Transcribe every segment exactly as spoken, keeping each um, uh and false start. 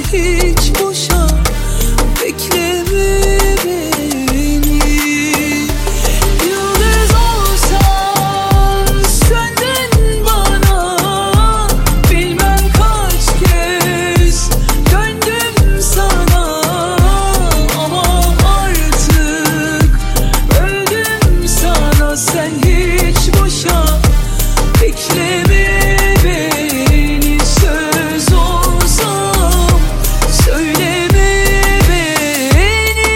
hiç boşa bekleme beni. Yıldız olsan senden bana, bilmem kaç kez döndüm sana. Ama artık öldüm sana, sen hiç boşa bekleme beni. Söz olsam söyleme beni.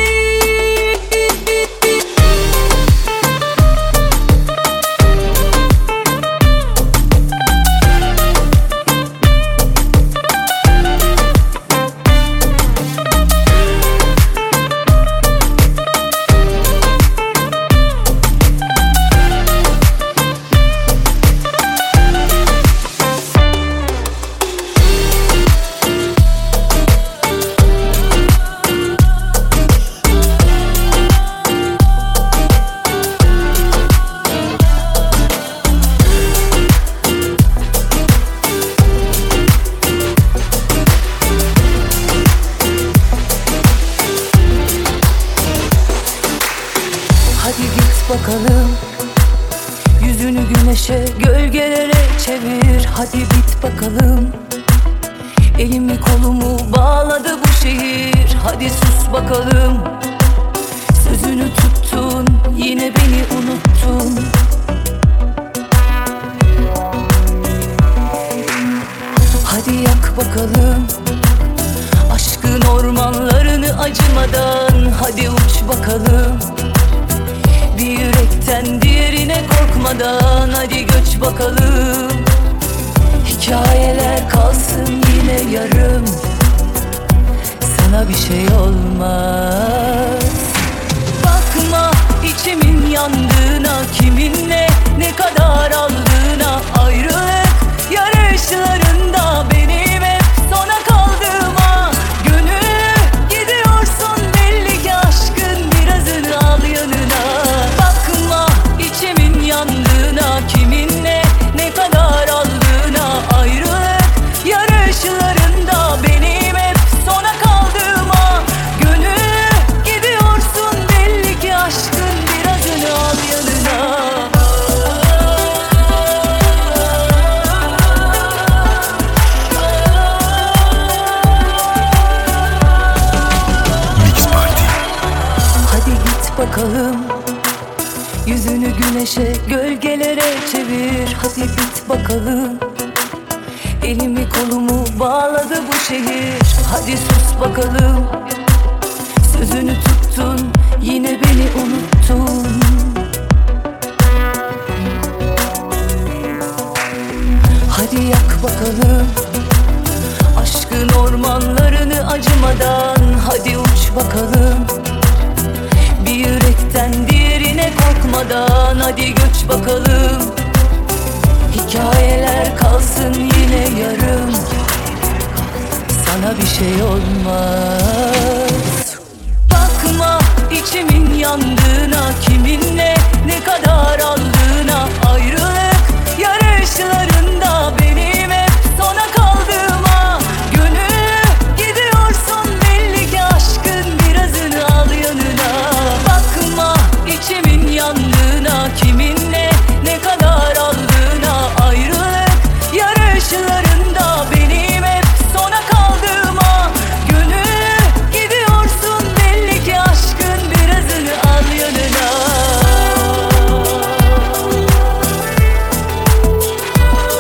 Hadi git bakalım, yüzünü güneşe, gölgelere çevir. Hadi bit bakalım, elimi kolumu bağladı bu şehir. Hadi sus bakalım, sözünü tuttun, yine beni unuttun. Hadi yak bakalım aşkın ormanlarını acımadan. Hadi uç bakalım, bir yürekten diğerine korkmadan. Hadi göç bakalım, hikayeler kalsın yine yarım. Sana bir şey olmaz. Bakma içimin yandığına, kiminle ne kadar aldığına. Ayrılık yarışlarında benim hep sona kaldığıma. Gönül gidiyorsun, belli ki aşkın birazını al yanına. Bakma içimin yandığına, kiminle ne kadar aldığına. Ayrılık yarışlarında benim hep sona kaldığıma. Gönül gidiyorsun, belli ki aşkın birazını al yanına. Mix Party. Hadi git bakalım, yüzünü güneşe, gölgelere çevir. Hadi bit bakalım, elimi kolumu bağladı bu şehir. Hadi sus bakalım, sözünü tuttun, yine beni unuttun. Hadi yak bakalım aşkın ormanlarını acımadan. Hadi uç bakalım, bir yürekten diğerine korkmadan. Hadi göç bakalım, hikayeler kalsın yine yarım. Sana bir şey olmaz. Bakma içimin yandığına, kiminle ne kadar aldığına. Ayrılık yarışlarında benim hep sona kaldığıma. Gönül gidiyorsun, belli ki aşkın birazını al yanına. Bakma içimin yandığına, kiminle ne kadar aldığına. Ayrılık yarışlarında benim hep sona kaldığıma. Gönül gidiyorsun, belli ki aşkın birazını al yanına.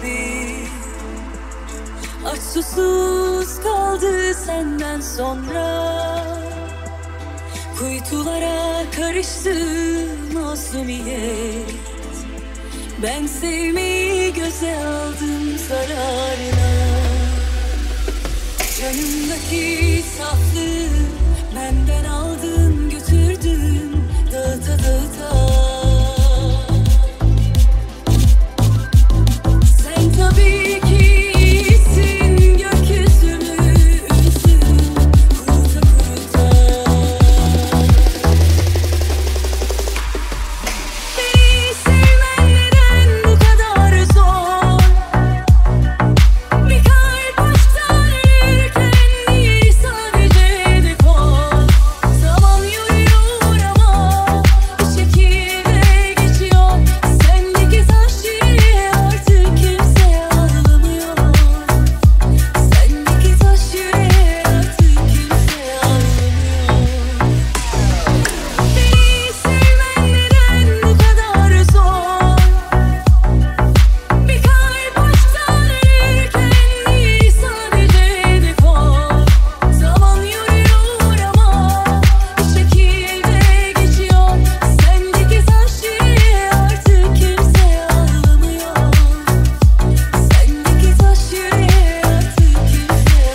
Aç susuz kaldı senden sonra. Kuytulara karıştı masumiyet. Ben sevmeyi göze aldım zararına. Canımdaki saflığı benden aldın götürdün dağıta dağıta. Sen tabii ki iyisin, gökyüzümü üzdün kuruta kuruta. Beni sevmen neden bu kadar zor? Bir kalp aşktan ölürken değil sadece dekor. Zaman yürüyor ama bir şekilde geçiyor. Sendeki taş yüreğe artık kimse ağlamıyor. Sendeki taş yüreğe artık kimse ağlamıyor. Beni sevmen neden bu kadar zor? Bir kalp aşktan ölürken değil sadece dekor. Zaman yürüyor ama bir şekilde geçiyor. Sendeki taş yüreğe artık kimse ağlamıyor. Sendeki taş yüreğe artık kimse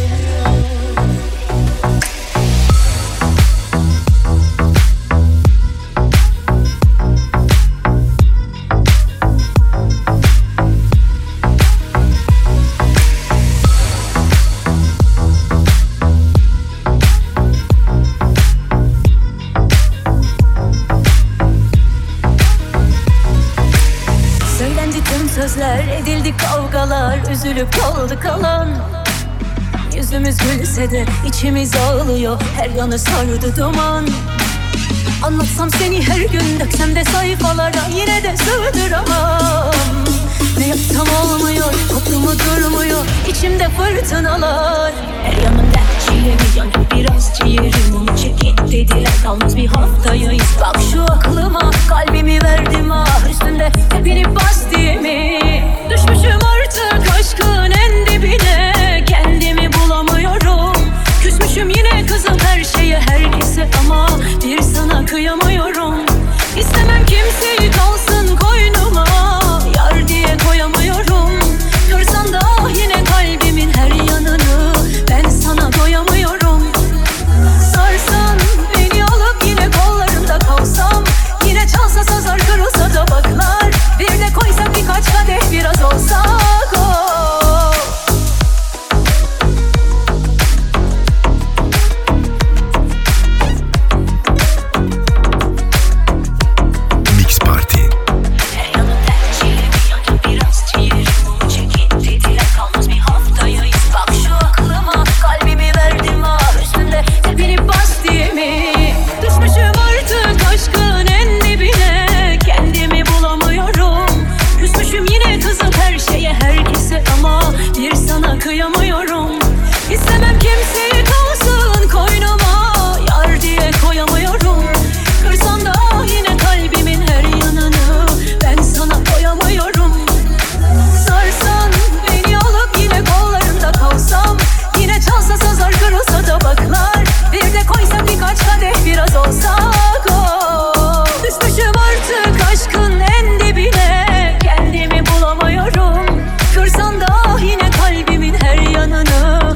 Söylendi tüm sözler, edildi kavgalar, üzülüp kaldı kalan. Yüzümüz gülse de içimiz ağlıyor, her yanı sardı duman. Anlatsam seni her gün, döksem de sayfalara, yine de sığdıramam. Ne yapsam olmuyor, koklumu durmuyor, içimde fırtınalar. Her yanımda çilemi yanıyor, biraz ciğerim onu çekit dediler. Kalmaz bir haftayız, bak şu aklıma, kalbimi verdim ah üstünde tepinip bas diye mi? Düşmüşüm artık aşkın en dibine, kendimi bulamıyorum. Küsmüşüm yine kızım her şeye herkese, ama bir sana kıyamıyorum. İstemem kimseyi kalsın koynuma, yar diye koyamıyorum. Kırsan da yine kalbimin her yanını, ben sana doyamıyorum. Sarsan beni alıp yine kollarında kalsam, yine çalsa sazar kırılsa da baklar. Bir de koysak birkaç kadeh biraz olsak oh. Mix Party. Her yanımda ciğerimi yanıyor, biraz ciğerim onu çekit dediler. Kalmaz bir haftayız, bak şu aklıma, kalbimi verdim ah üstünde tepinip bas diye mi? Düşmüşüm artık aşkın en dibine, kendimi bulamıyorum. Küsmüşüm yine kızım her şeye herkese, ama bir sana kıyamıyorum. İstemem kimseyi kalsın koynuma, yar diye koyamıyorum. Kırsan da yine kalbimin her yanını, ben sana koyamıyorum. Sarsan beni alıp yine kollarında kalsam, yine çalsa sazar kırılsa da baklar. Bir de koysak birkaç kadeh biraz olsak oh. Düşmüşüm artık aşkın en dibine, kendimi bulamıyorum. Kırsan da yine kalbimin her yanını,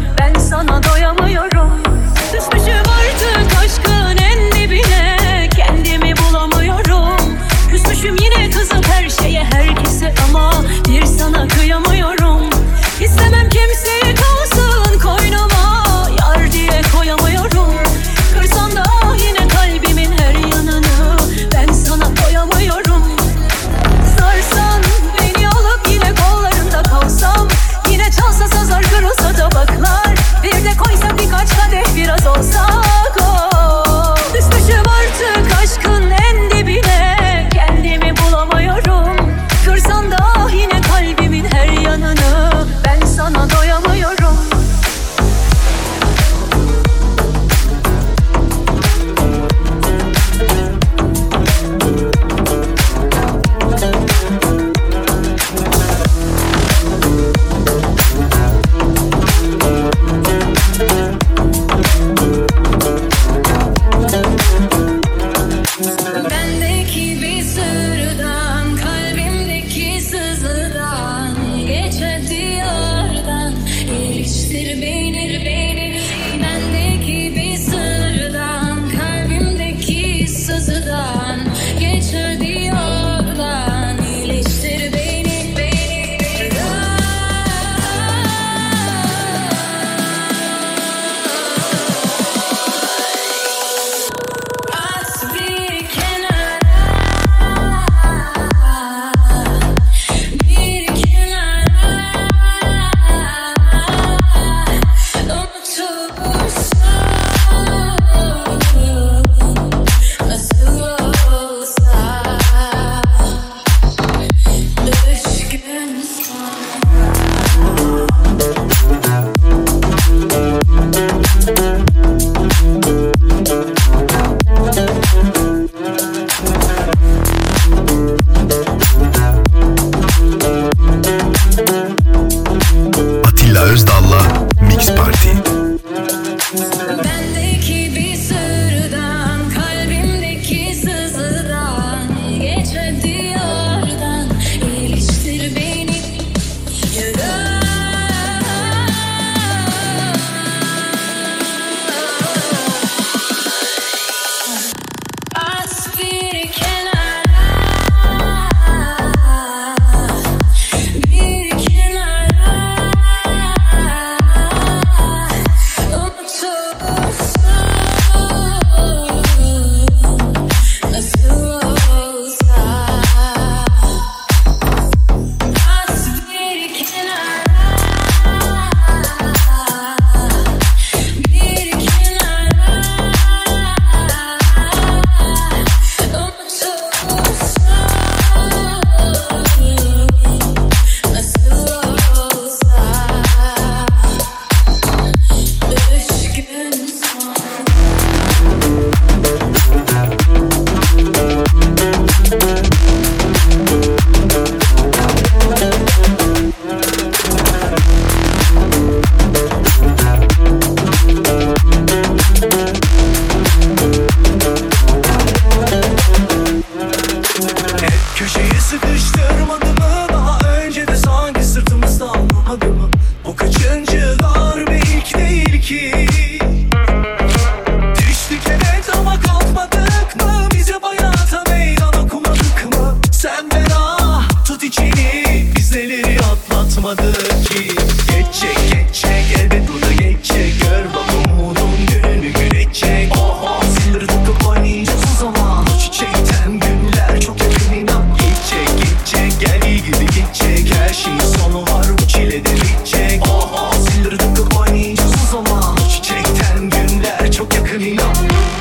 atmadı ki. Geçecek geçecek elbet bu da geçecek. Gör bak umudun gününü gülecek. Oho zilleri takıp oynayacağız o zaman. O çiçekten günler çok yakın inan. Geçecek geçecek gel iyi gibi geçecek. Her şeyin sonu var bu çile de bitecek. Oho zilleri takıp oynayacağız o zaman. O çiçekten günler çok yakın inan.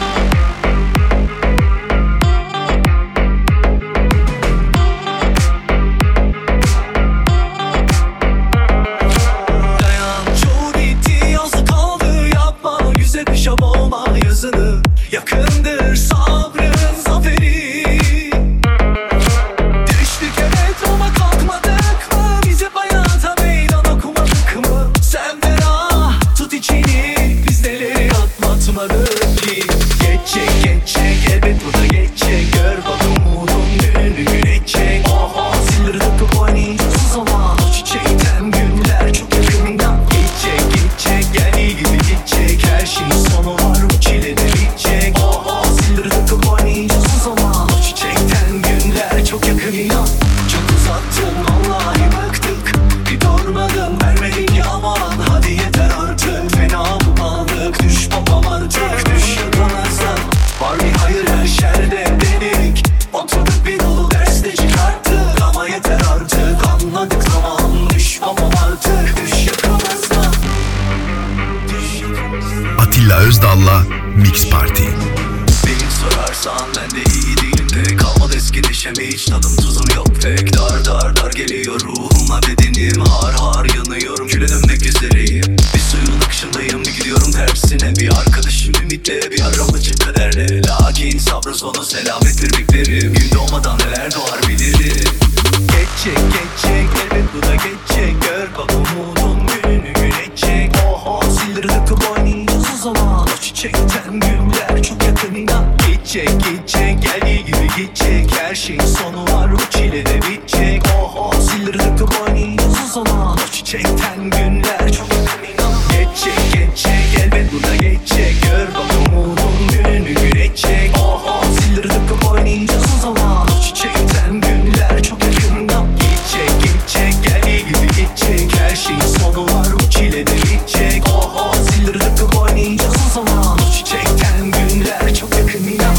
Yakındır sabrın zaferi. Düştük evet ama kalkmadık mı? Biz hep hayata meydan okumadık mı? Sen ferah tut içini, biz neleri atlatmadık ki. Geçecek geçecek elbet bu da geçecek. Gör bak umudun gününü gülecek. Oho zilleri takıp oynayacağız o zaman. O çiçekten günler çok yakın inan. Geçecek geçecek gel iyi gibi geçecek. Her şeyin sonu var bu çile de bitecek. Oho zilleri takıp oynayacağız o zaman. O çiçekten günler çok yakın inan. Çok uzattın vallahi bıktık. Bir durmadım vermedin yaman. Hadi yeter artık fena bulandık. Düş babam artık düş yakamazsan. Var bir hayır her şerde dedik. Oturduk bir dolu derste çıkarttık. Ama yeter artık anladık tamam. Düş babam artık düş yakamazsan. Düş yakamazsan. Atilla Özdal'la Mix Party. Beni sorarsan ben de iyi değilim pek. Kalmadı eski neşeme hiç tadım tuzum yok pek. Dar dar dar geliyor ruhuma bedenim. Har har yanıyorum küle dönmek üzereyim. Bir suyun akışındayım bir gidiyorum tersine. Bir arkadaşım ümitle bir aramacı kaderle. Lakin sabrı sonu selamettir beklerim. Gün doğmadan neler doğar bilirim. Geçecek geçecek elbet bu da geçecek. Gör bak umudun gününü gülecek. Oho zilleri takıp oynayacağız o zaman. O çiçekten günler çok yakın inan. Geçecek geçecek gel iyi gibi geçecek. Her şeyin sonu var bu çile de bitecek. Oho zilleri takıp oynayacağız o zaman. O çiçekten günler çok yakın inan. Geçecek geçecek elbet bu da geçecek. Gör bak umudun gününü gülecek. Oho zilleri takıp oynayacağız o zaman. O çiçekten günler çok yakın inan. Geçecek geçecek gel iyi gibi geçecek. Her şeyin sonu var bu çile de bitecek. Oho zilleri takıp oynayacağız o zaman. O çiçekten günler çok yakın inan.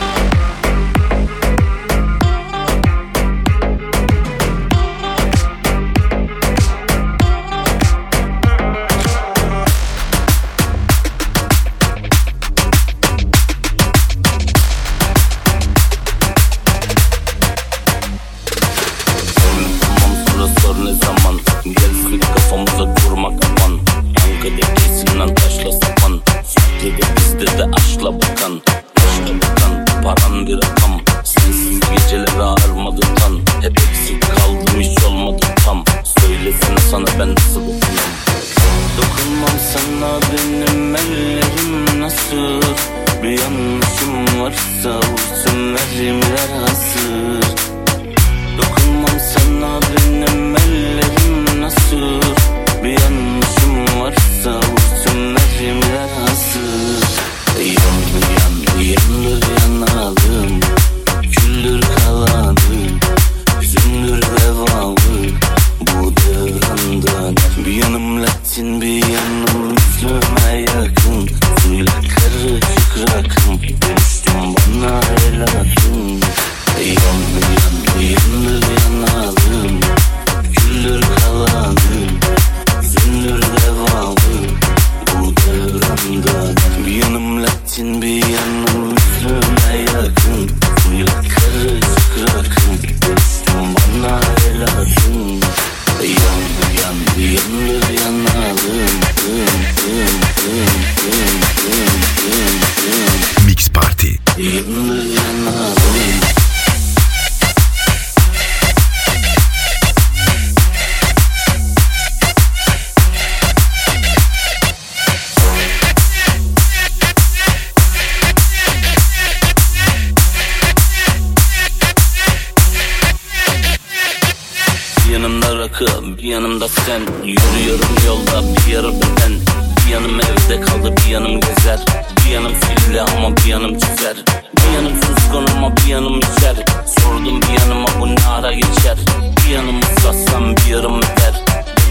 Mix Party. yanımda rakı, bir yanımda sen. Yürüyorum yolda, bir yarı beden. Bir yanım evde kaldı, bir yanım gezer. Bir yanım filli ama bir yanım çizer. Bir yanım suskun ama bir yanım içer. Sordum bir yanıma bu ne ara geçer. Bir yanımı satsam bir yarım eder.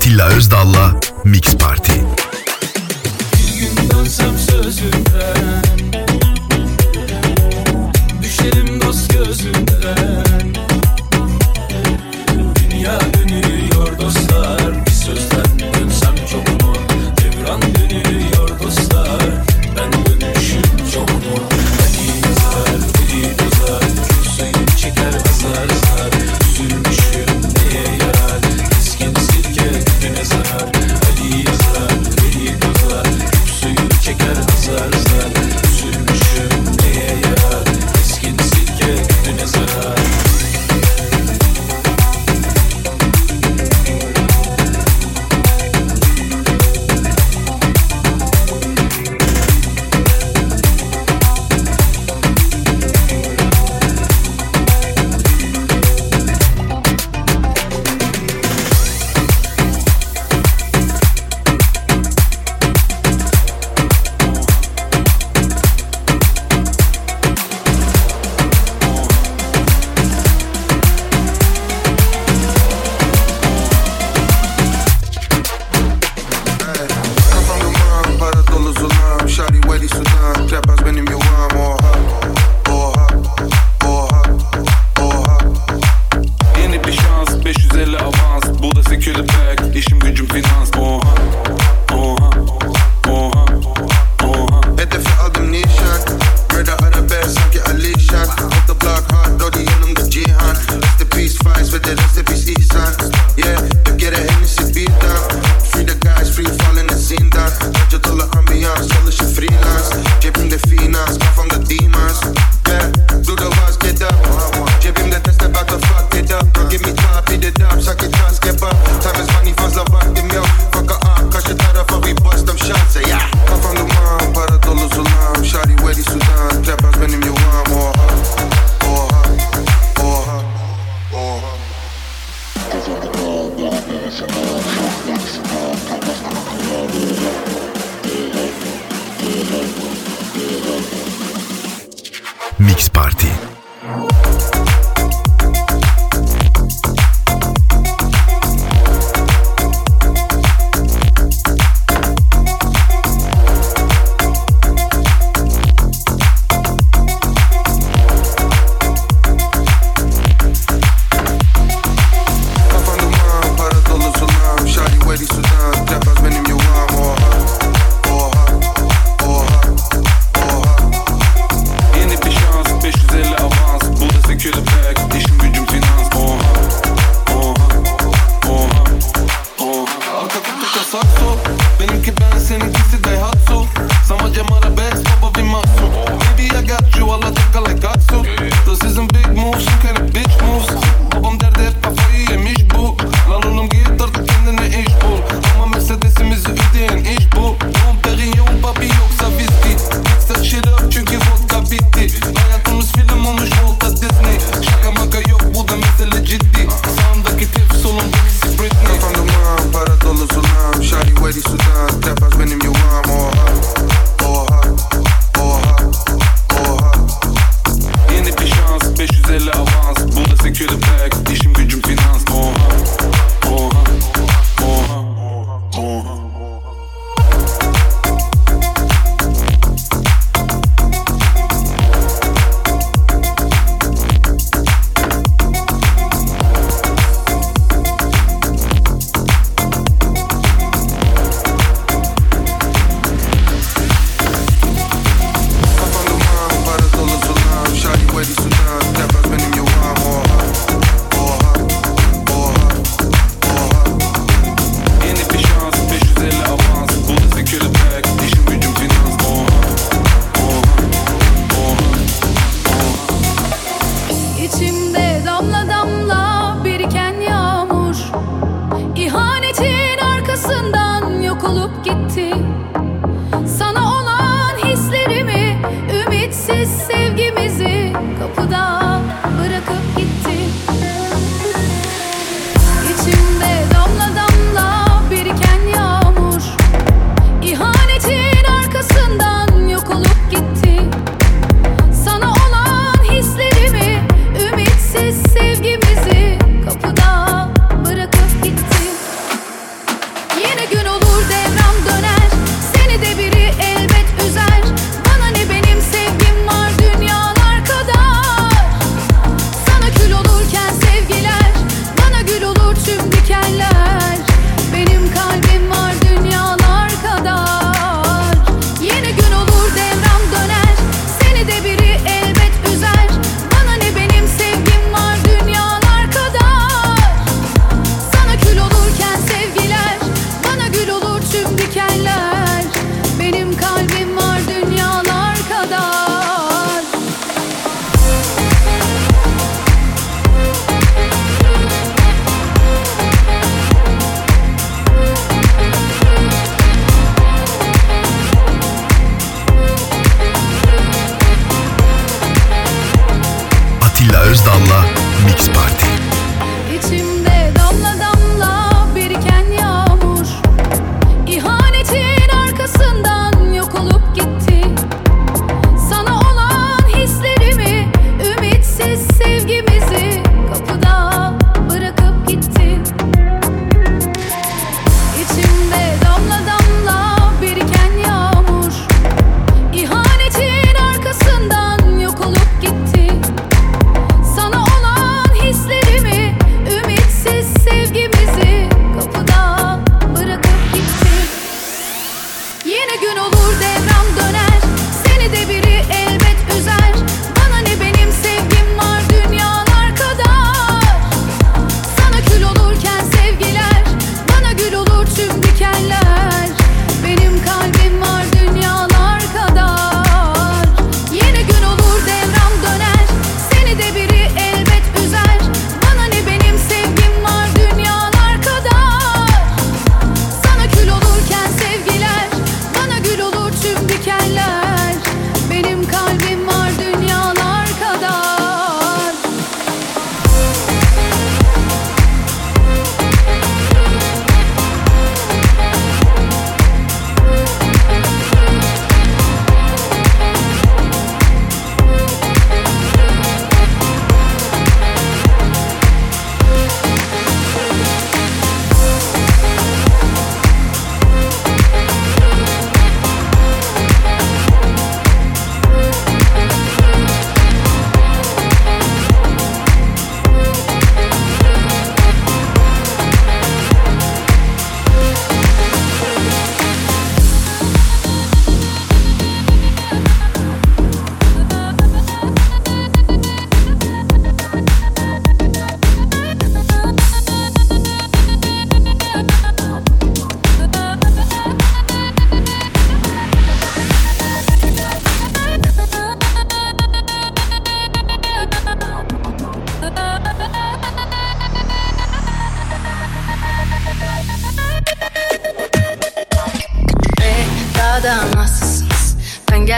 Atilla Özdal'la Mix Party. Bir gün dönsem sözünden, düşerim dost gözünden. Dünya dönüyor dostlar, bir sözden dönsem çok mu? Devran dönüyor dostlar, ben dönüşüm çok mu? Beni yazar, beni bozar, kül suyu çeker azar azar. Üzülmüşüm neye yarar, keskin sirke güne zarar. Ali yazar, beni bozar, kül suyu çeker azar azar. Üzülmüşüm neye yarar, keskin sirke güne zarar. Mix Party. Yeni bir şans beş yüz elli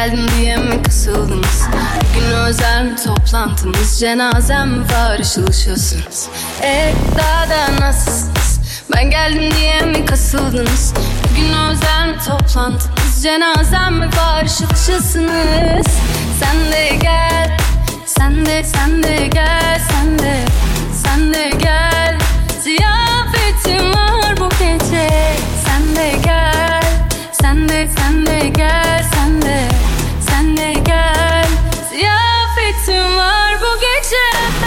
geldim diye mi kasıldınız? Bugün özel mi toplantımız? Cenazem mi var ışıl ışılsınız? E daha da nasılsınız? Ben geldim diye mi kasıldınız? Bugün özel mi toplantımız? Cenazem mi var ışıl ışılsınız? Sen de gel, sen de sen de gel, sen de sen de gel. Ziyafetim var bu gece. Sen de gel, sen de sen de gel, sen de sen de gel. Ziyafetim var bu gece.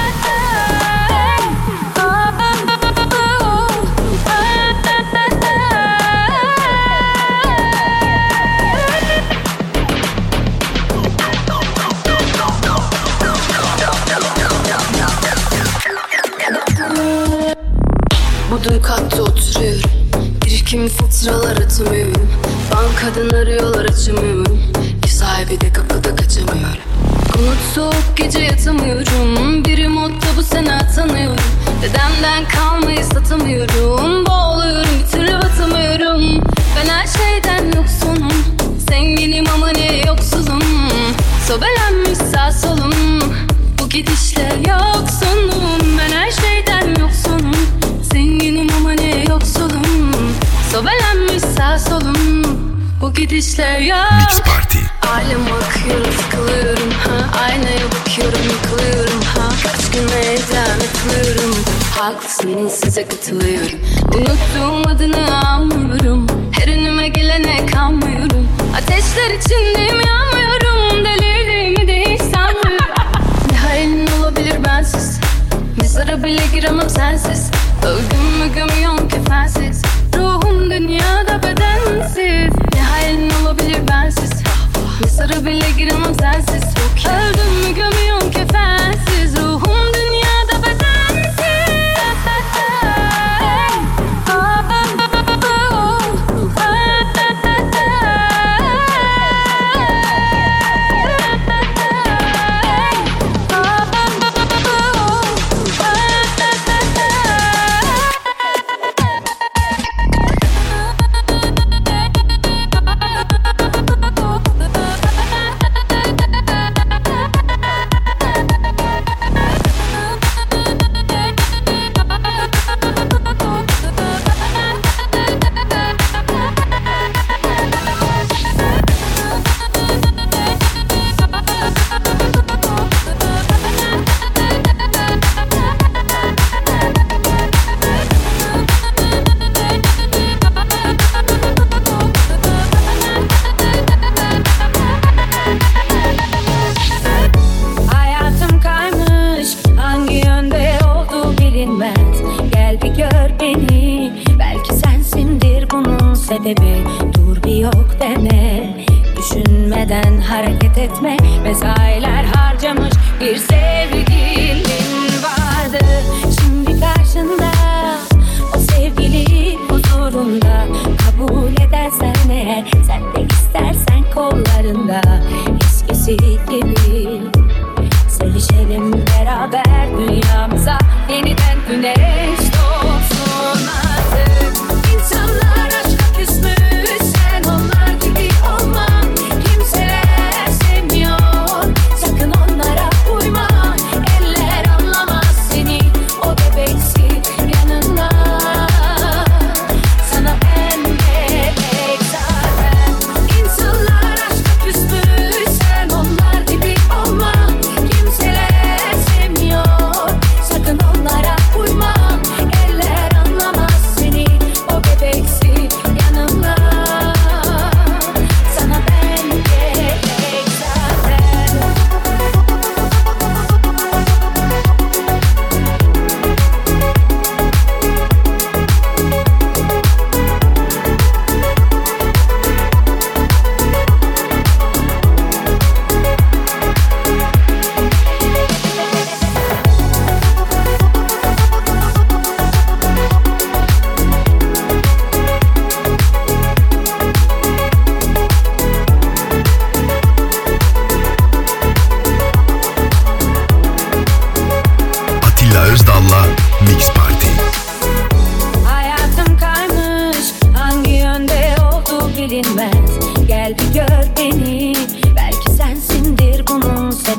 Bodrum katta oturuyorum. Birikim faturalar atamıyorum. Bankadan arıyorlar açamıyorum. Ev sahibi de kapıda kaçamıyorum. Umut soğuk gece yatamıyorum. Biri modda bu sene atanıyorum. Dedemden kalmayı satamıyorum. Boğuluyorum bir türlü batamıyorum. Ben her şeyden yoksunum. Zenginim ama ne yoksulum. Sobelenmiş sağ solum. Bu gidişle yoksunum. Ben her şeyden yoksunum. Zenginim ama ne yoksulum. Sobelenmiş sağ solum. Bu gidişle yok. Mix Party. Alem bakıyorum sıkılıyorum ha. Aynaya bakıyorum yıkılıyorum ha. Kaç gün evden yıkılıyorum. Haklısınız size katılıyorum. Unuttuğum adını anmıyorum. Her önüme gelene kanmıyorum. Ateşler içindeyim yanmıyorum. Delirdiğimi de hiç sanmıyorum. Ne hayalin olabilir bensiz. Mezara bile giremem sensiz. Öldüm mü gömüyorum kefensiz. Ruhum dünyada bedensiz. Ne hayalin olabilir bensiz. Mezara bile giremem sensiz. Öldüm mü gömüyorum kefensiz. Ruhum dünyada bedensiz. Dur bir yok deme. Düşünmeden hareket etme. Mesailer harcamış bir sevgilin vardı. Şimdi karşında o sevgili huzurunda. Kabul edersen eğer, sen de istersen kollarında. Eskisi gibi sevişelim beraber, dünyamıza yeniden güneş doğsun artık. İnsanlar aşka küsmüş, sen onlar gibi olma. Kimseler sevmiyor, sakın onlara uyma. Eller anlamaz seni, o bebeksi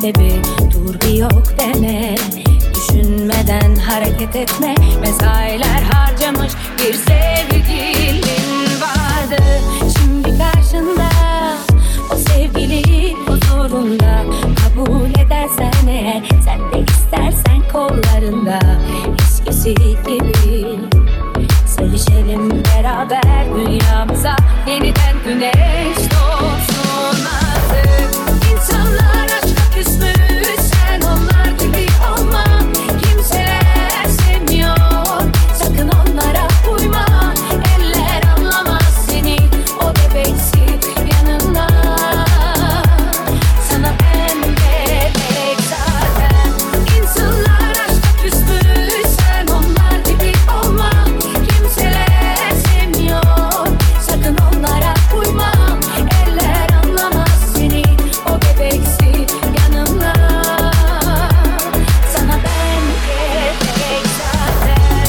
de bir dur bir yok deme. Düşünmeden hareket etme. Mesailer harcamış bir sevgilin vardı. Şimdi karşında o sevgili huzurunda. Kabul edersen eğer, sen de istersen kollarında. Eskisi gibi sevişelim beraber, dünyamıza yeniden güneş doğsun artık. İnsanlar aşka küsmüş, sen onlar gibi olma. Kimseler sevmiyor, sakın onlara uyma. Eller anlamaz seni, o bebeksi yanında. Sana ben bebek zaten. İnsanlar aşka küsmüş, sen onlar gibi olma. Kimseler sevmiyor, sakın onlara uyma. Eller anlamaz seni, o bebeksi yanımda. Sana ben bebek zaten.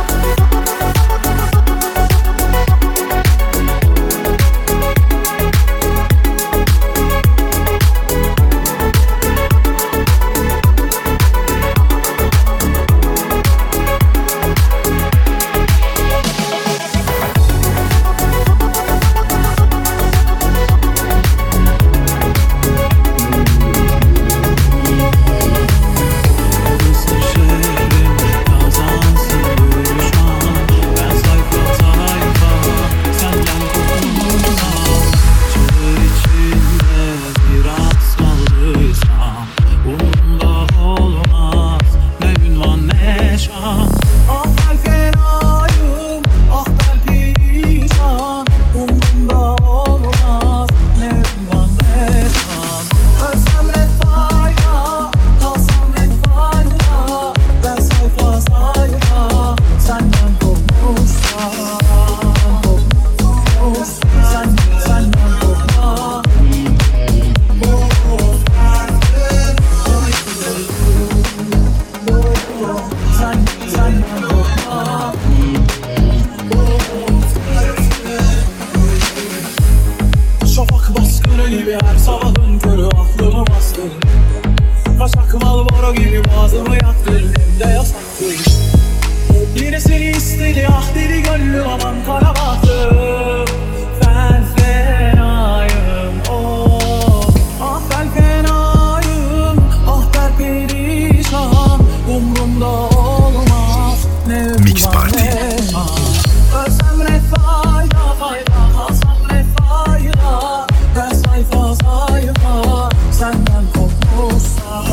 Şafak baskını gibi her sabahın körü aklımı bastı. Kaçakmal bora gibi boğazımı yaktın, hem de yasaktı. Yine seni istedi, ah dedi gönlüm, aman kara bahtım. Ben fenayım, oh, ah ben fenayım. Ah ben perişan, umrumda olmaz. Ne Mix Party. Ölsem ne fayda, fayda kalsam ne fayda. Ben sayfa sayfa senden kopmuşsam,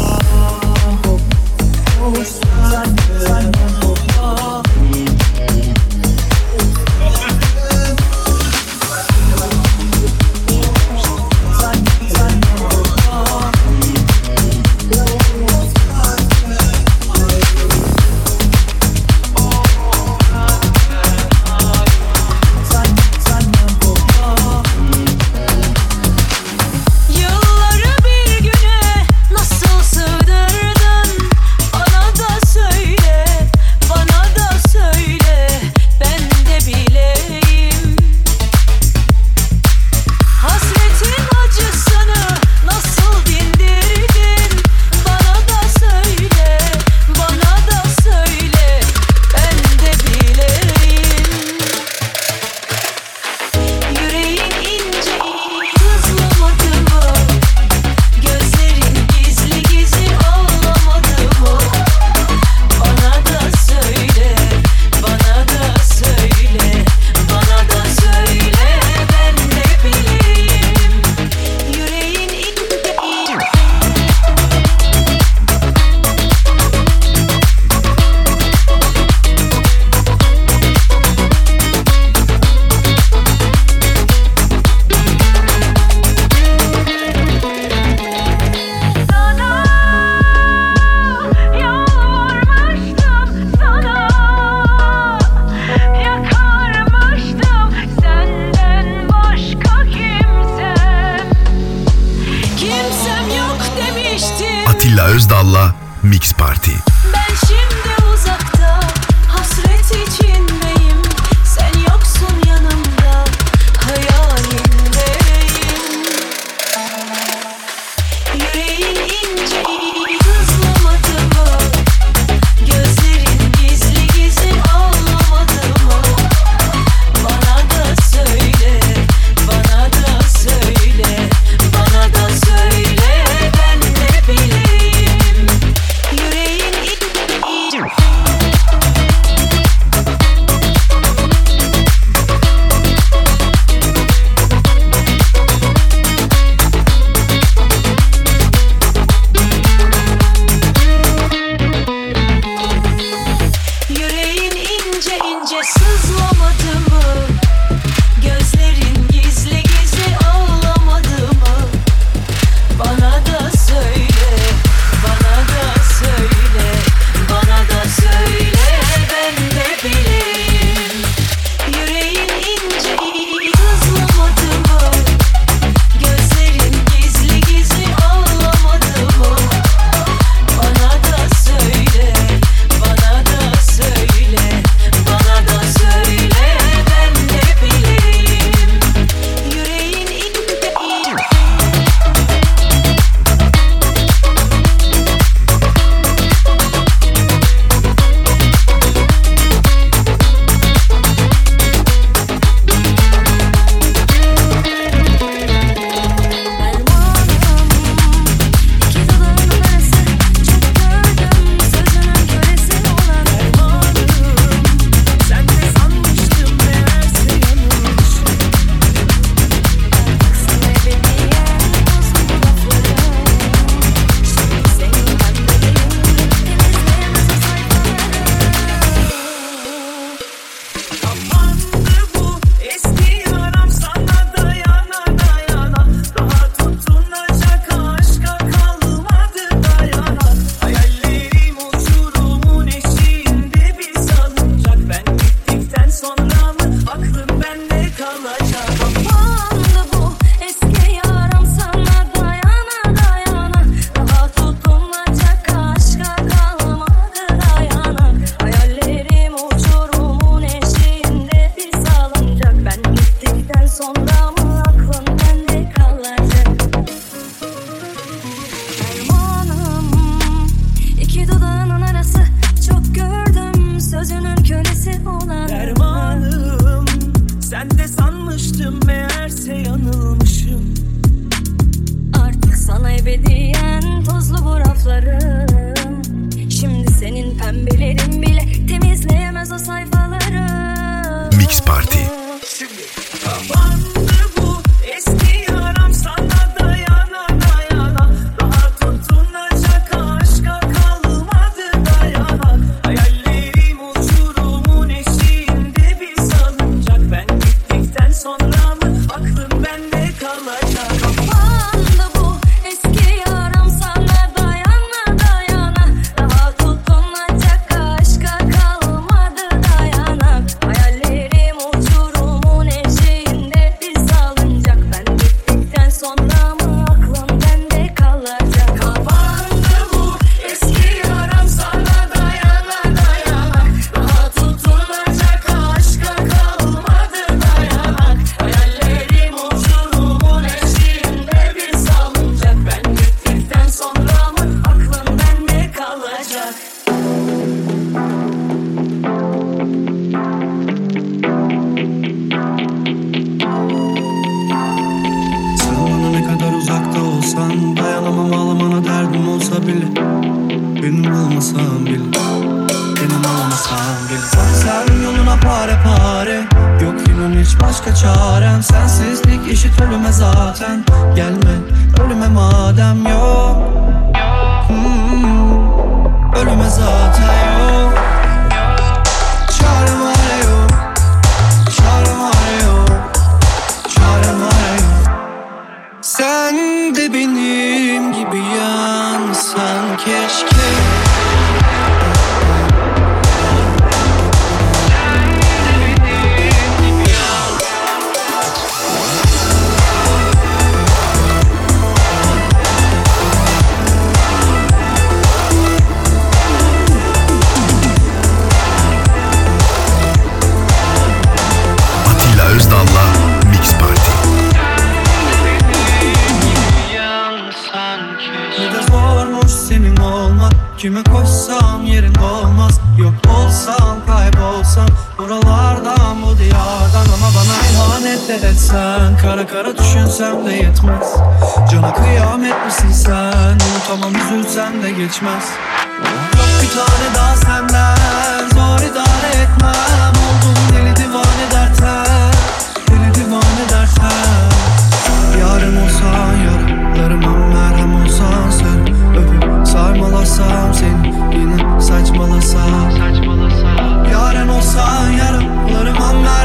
kopmuşsam senden kopmuşsam. Yılları bir güne nasıl sığdırdın? Bana da söyle, bana da söyle, ben de bileyim. Hasretin acısını nasıl dindirdin? Bana da söyle, bana da söyle, ben de bileyim. Yüreğin ince hızlamadı mı? Gözlerin gizli gizli ağlamadı mı? Bana da söyle, bana da söyle, bana da söyle, ben de bileyim. Yüreğin ince. Sana yalvarmıştım, sana yakarmıştım, senden başka kimsem, kimsem yok demiştim. Atilla Özdal'la Mix Party. Ben şimdi uzakta, hasret içindeyim. Sen yoksun yanımda, hayalindeyim. Yüreğin ince Kime koşsam yerin olmaz. Yok olsam kaybolsam buralardan bu diyardan. Ama bana ihanet de etsen, kara kara düşünsem de yetmez. Cana kıyamet misin sen? Unutamam üzülsem de geçmez. Yok bir tane daha senden, zor idare etmem. Oldum deli divane derten, deli divane derten. Yarım olsan yaralarıma merhem olsan sen. Öpüp sarmalasam seni yine saçmalasam. Yaren olsan yaralarıma merhem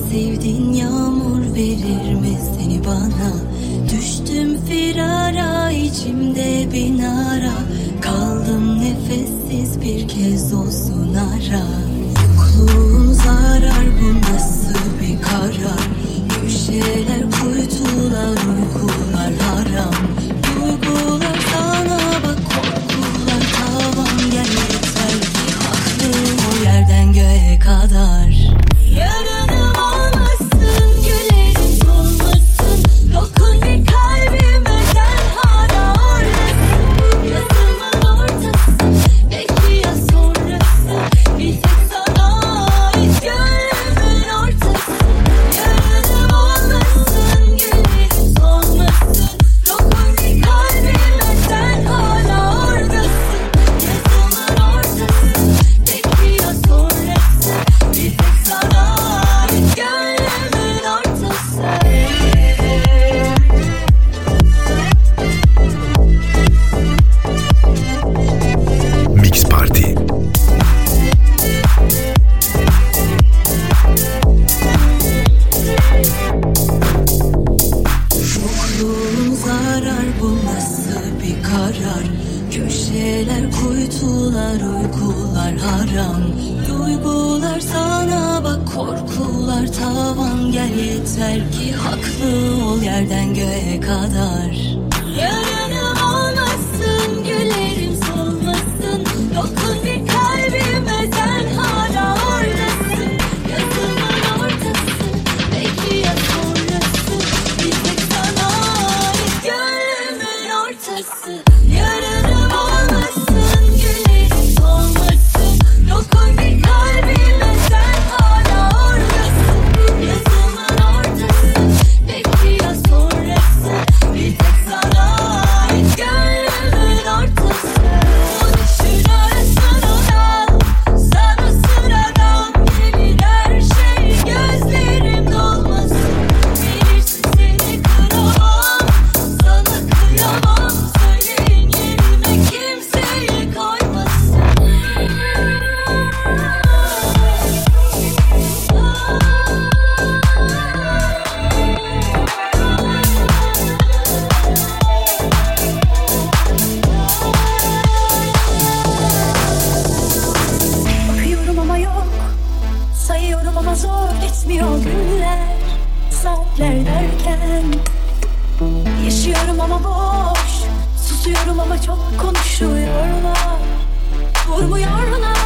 sevdin yağmur verir mi seni bana? Düştüm firara içimde bin ara, kaldım nefessiz bir kez olsun ara. Yokluğun zarar, bu nasıl bir karar? Köşeler kuytular, uykular haram. Duygular sana bak, korkular tavan. Gel yeter ki haklı o yerden göğe kadar. Yarınım olmasın, gülerim solmasın. Dokun bir kalbime, sen hala oradasın. Yazımın ortası, belki ya sonrası. Bir tek sana ait gönlümün ortası. Yarınım olmasın, gülerim solmasın. Dokun bir kalbime, sen hala oradasın. Yazımın ortası, belki ya sonrası. Bir tek sana ait gönlümün ortası. Mix Party. Yokluğun zarar, bu nasıl bir karar? Köşeler kuytular, uykular haram. Duygular sana bak, korkular tavan. Gel yeter ki haklı ol yerden göğe kadar. Yarınım olmasın, gülerim solmasın. Dokun bir kalbime, sen hala oradasın. Yazımın ortası, belki ya sonrası. Bir tek sana ait gönlümün ortası. Yarınım olmasın, gülerim solmasın. Dokun bir kalbime, sen hala oradasın. Yazımın ortası, belki ya sonrası. Bir tek sana ait gönlümün ortası. O düşün arasına, sana sıradan gelir her şey. Gözlerim dolmasın, bilirsin seni kıramam. Sana kıyamam, söyleyin yerime kimseyi koymasın. Bakıyorum ama yok, sayıyorum ama zor geçmiyor günler, saatler derken. Yaşıyorum ama boş, susuyorum ama çok konuşuyorlar. Vurmuyorlar,